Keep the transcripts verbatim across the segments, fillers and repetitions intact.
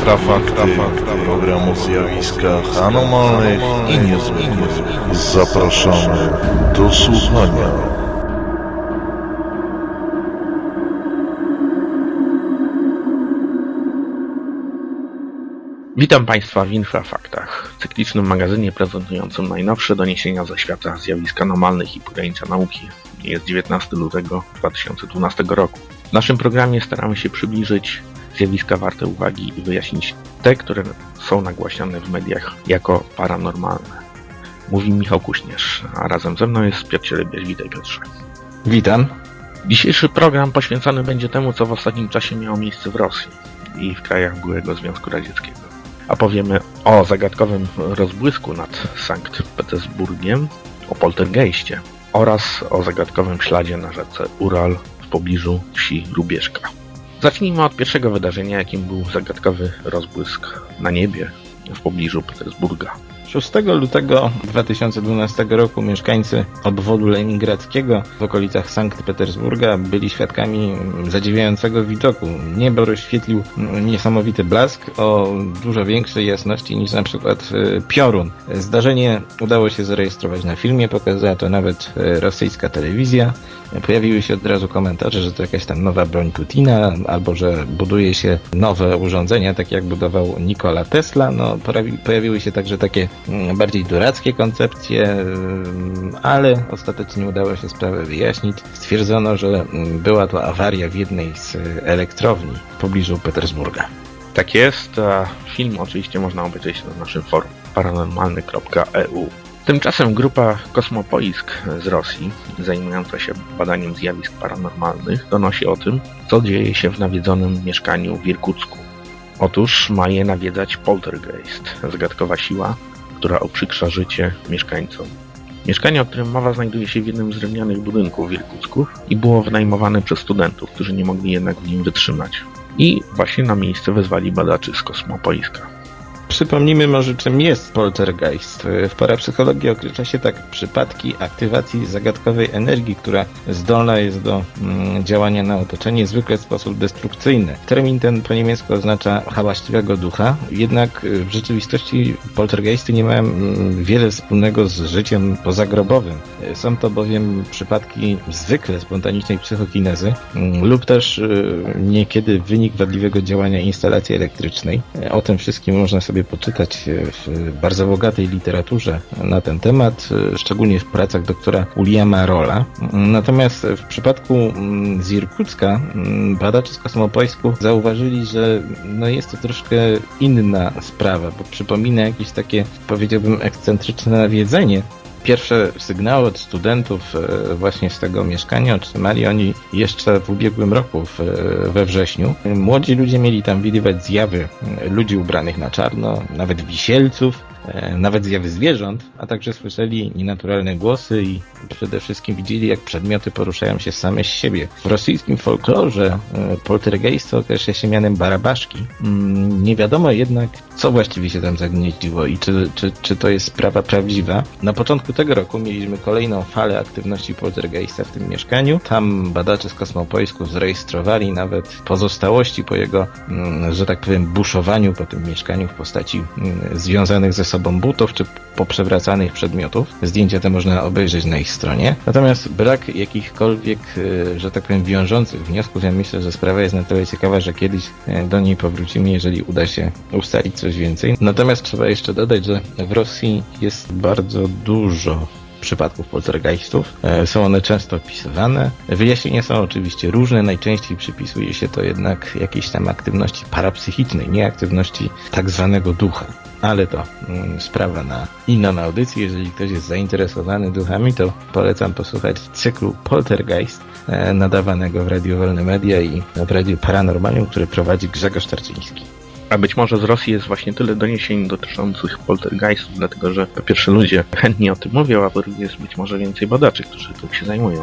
Infrafakty, program o zjawiskach anomalnych i niezwykłych. Zapraszamy do słuchania. Witam Państwa w Infrafaktach, cyklicznym magazynie prezentującym najnowsze doniesienia ze świata zjawisk anomalnych i pogranicza nauki. Jest dziewiętnastego lutego dwa tysiące dwunastego roku. W naszym programie staramy się przybliżyć zjawiska warte uwagi i wyjaśnić te, które są nagłaśniane w mediach jako paranormalne. Mówi Michał Kuśnierz, a razem ze mną jest Piotr Cielebiaś. Witaj, Piotrze. Witam. Dzisiejszy program poświęcony będzie temu, co w ostatnim czasie miało miejsce w Rosji i w krajach byłego Związku Radzieckiego. A powiemy o zagadkowym rozbłysku nad Sankt Petersburgiem, o poltergeistie oraz o zagadkowym śladzie na rzece Ural w pobliżu wsi Rubieszka. Zacznijmy od pierwszego wydarzenia, jakim był zagadkowy rozbłysk na niebie w pobliżu Petersburga. szóstego lutego dwa tysiące dwunastego roku mieszkańcy obwodu leningradzkiego w okolicach Sankt Petersburga byli świadkami zadziwiającego widoku. Niebo rozświetlił niesamowity blask o dużo większej jasności niż na przykład piorun. Zdarzenie udało się zarejestrować na filmie, pokazała to nawet rosyjska telewizja. Pojawiły się od razu komentarze, że to jakaś tam nowa broń Putina, albo że buduje się nowe urządzenia, tak jak budował Nikola Tesla. No, pojawiły się także takie bardziej durackie koncepcje, ale ostatecznie udało się sprawę wyjaśnić. Stwierdzono, że była to awaria w jednej z elektrowni w pobliżu Petersburga. Tak jest, a film oczywiście można obejrzeć na naszym forum paranormalny kropka e u. Tymczasem grupa Kosmopoisk z Rosji, zajmująca się badaniem zjawisk paranormalnych, donosi o tym, co dzieje się w nawiedzonym mieszkaniu w Irkucku. Otóż ma je nawiedzać poltergeist, zagadkowa siła, która uprzykrza życie mieszkańcom. Mieszkanie, o którym mowa, znajduje się w jednym z drewnianych budynków w Irkucku i było wynajmowane przez studentów, którzy nie mogli jednak w nim wytrzymać. I właśnie na miejsce wezwali badaczy z Kosmopoiska. Przypomnijmy może, czym jest poltergeist. W parapsychologii określa się tak przypadki aktywacji zagadkowej energii, która zdolna jest do mm, działania na otoczenie, zwykle w sposób destrukcyjny. Termin ten po niemiecku oznacza hałaśliwego ducha, jednak w rzeczywistości poltergeisty nie mają mm, wiele wspólnego z życiem pozagrobowym. Są to bowiem przypadki zwykle spontanicznej psychokinezy mm, lub też y, niekiedy wynik wadliwego działania instalacji elektrycznej. O tym wszystkim można sobie poczytać w bardzo bogatej literaturze na ten temat, szczególnie w pracach doktora Williama Rolla. Natomiast w przypadku z Irkucka badacze z Kosmopoisku zauważyli, że no jest to troszkę inna sprawa, bo przypomina jakieś takie, powiedziałbym, ekscentryczne nawiedzenie. Pierwsze sygnały od studentów właśnie z tego mieszkania otrzymali oni jeszcze w ubiegłym roku, we wrześniu. Młodzi ludzie mieli tam widywać zjawy ludzi ubranych na czarno, nawet wisielców, nawet zjawy zwierząt, a także słyszeli nienaturalne głosy i przede wszystkim widzieli, jak przedmioty poruszają się same z siebie. W rosyjskim folklorze poltergeist określa się mianem barabaszki. Nie wiadomo jednak, co właściwie się tam zagnieździło i czy, czy, czy to jest sprawa prawdziwa. Na początku tego roku mieliśmy kolejną falę aktywności poltergeista w tym mieszkaniu. Tam badacze z Kosmopoisku zarejestrowali nawet pozostałości po jego, że tak powiem, buszowaniu po tym mieszkaniu w postaci związanych ze sobą butów czy poprzewracanych przedmiotów. Zdjęcia te można obejrzeć na ich stronie. Natomiast brak jakichkolwiek, że tak powiem, wiążących wniosków. Ja myślę, że sprawa jest na tyle ciekawa, że kiedyś do niej powrócimy, jeżeli uda się ustalić coś więcej. Natomiast trzeba jeszcze dodać, że w Rosji jest bardzo dużo przypadków poltergeistów. Są one często opisywane. Wyjaśnienia są oczywiście różne. Najczęściej przypisuje się to jednak jakiejś tam aktywności parapsychicznej, nie aktywności tak zwanego ducha. Ale to mm, sprawa na inną audycję. Jeżeli ktoś jest zainteresowany duchami, to polecam posłuchać cyklu Poltergeist e, nadawanego w Radiu Wolne Media i w Radiu Paranormalium, który prowadzi Grzegorz Tarczyński. A być może z Rosji jest właśnie tyle doniesień dotyczących poltergeistów, dlatego że po pierwsze ludzie chętnie o tym mówią, a po drugie jest być może więcej badaczy, którzy tym się zajmują.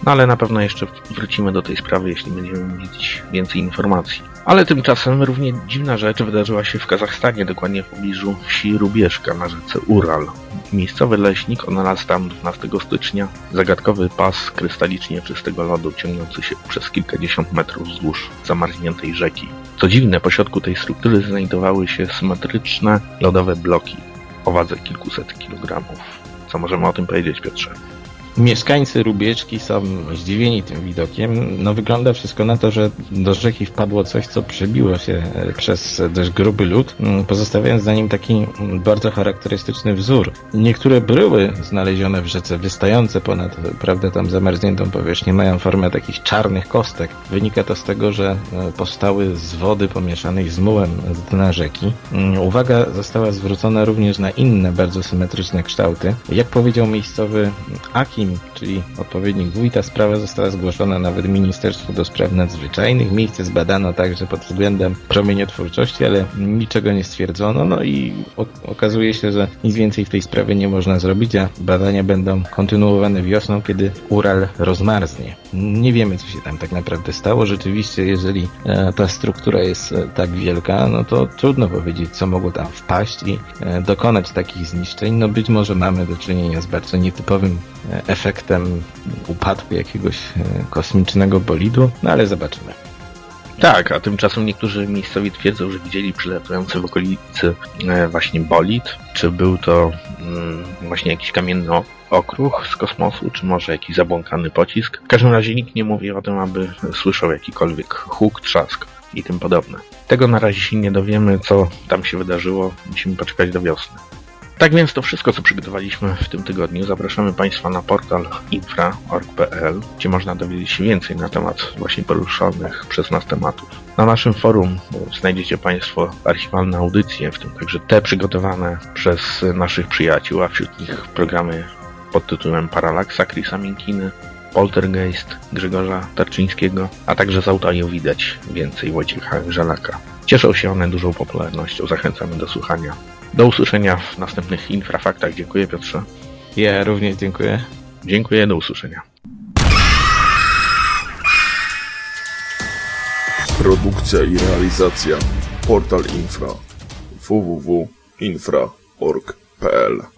No ale na pewno jeszcze wrócimy do tej sprawy, jeśli będziemy mieć więcej informacji. Ale tymczasem równie dziwna rzecz wydarzyła się w Kazachstanie, dokładnie w pobliżu wsi Rubieszka na rzece Ural. Miejscowy leśnik odnalazł tam dwunastego stycznia zagadkowy pas krystalicznie czystego lodu ciągnący się przez kilkadziesiąt metrów wzdłuż zamarzniętej rzeki. Co dziwne, pośrodku tej struktury znajdowały się symetryczne lodowe bloki o wadze kilkuset kilogramów. Co możemy o tym powiedzieć, Piotrze? Mieszkańcy Rubieczki są zdziwieni tym widokiem. No wygląda wszystko na to, że do rzeki wpadło coś, co przebiło się przez dość gruby lód, pozostawiając za nim taki bardzo charakterystyczny wzór. Niektóre bryły znalezione w rzece, wystające ponad, prawda, tam zamarzniętą powierzchnię, mają formę takich czarnych kostek. Wynika to z tego, że powstały z wody pomieszanej z mułem z dna rzeki. Uwaga została zwrócona również na inne, bardzo symetryczne kształty. Jak powiedział miejscowy Aki, czyli odpowiednik wójta, sprawa została zgłoszona nawet Ministerstwu do Spraw Nadzwyczajnych. Miejsce zbadano także pod względem promieniotwórczości, ale niczego nie stwierdzono. No i okazuje się, że nic więcej w tej sprawie nie można zrobić, a badania będą kontynuowane wiosną, kiedy Ural rozmarznie. Nie wiemy, co się tam tak naprawdę stało. Rzeczywiście, jeżeli e, ta struktura jest e, tak wielka, no to trudno powiedzieć, co mogło tam wpaść i e, dokonać takich zniszczeń. No być może mamy do czynienia z bardzo nietypowym e, efektem upadku jakiegoś e, kosmicznego bolidu, no ale zobaczymy. Tak, a tymczasem niektórzy miejscowi twierdzą, że widzieli przylatujący w okolicy e, właśnie bolid. Czy był to mm, właśnie jakiś kamienny okruch z kosmosu, czy może jakiś zabłąkany pocisk? W każdym razie nikt nie mówi o tym, aby słyszał jakikolwiek huk, trzask i tym podobne. Tego na razie się nie dowiemy, co tam się wydarzyło. Musimy poczekać do wiosny. Tak więc to wszystko, co przygotowaliśmy w tym tygodniu. Zapraszamy Państwa na portal infra kropka org kropka p l, gdzie można dowiedzieć się więcej na temat właśnie poruszonych przez nas tematów. Na naszym forum znajdziecie Państwo archiwalne audycje, w tym także te przygotowane przez naszych przyjaciół, a wśród nich programy pod tytułem Paralaksa Chrisa Minkiny, Poltergeist Grzegorza Tarczyńskiego, a także z audio widać więcej Wojciecha Żelaka. Cieszą się one dużą popularnością, zachęcamy do słuchania. Do usłyszenia w następnych Infrafaktach. Dziękuję, Piotrze. Ja również dziękuję. Dziękuję, do usłyszenia. Produkcja i realizacja Portal Infra w w w kropka infra kropka org kropka p l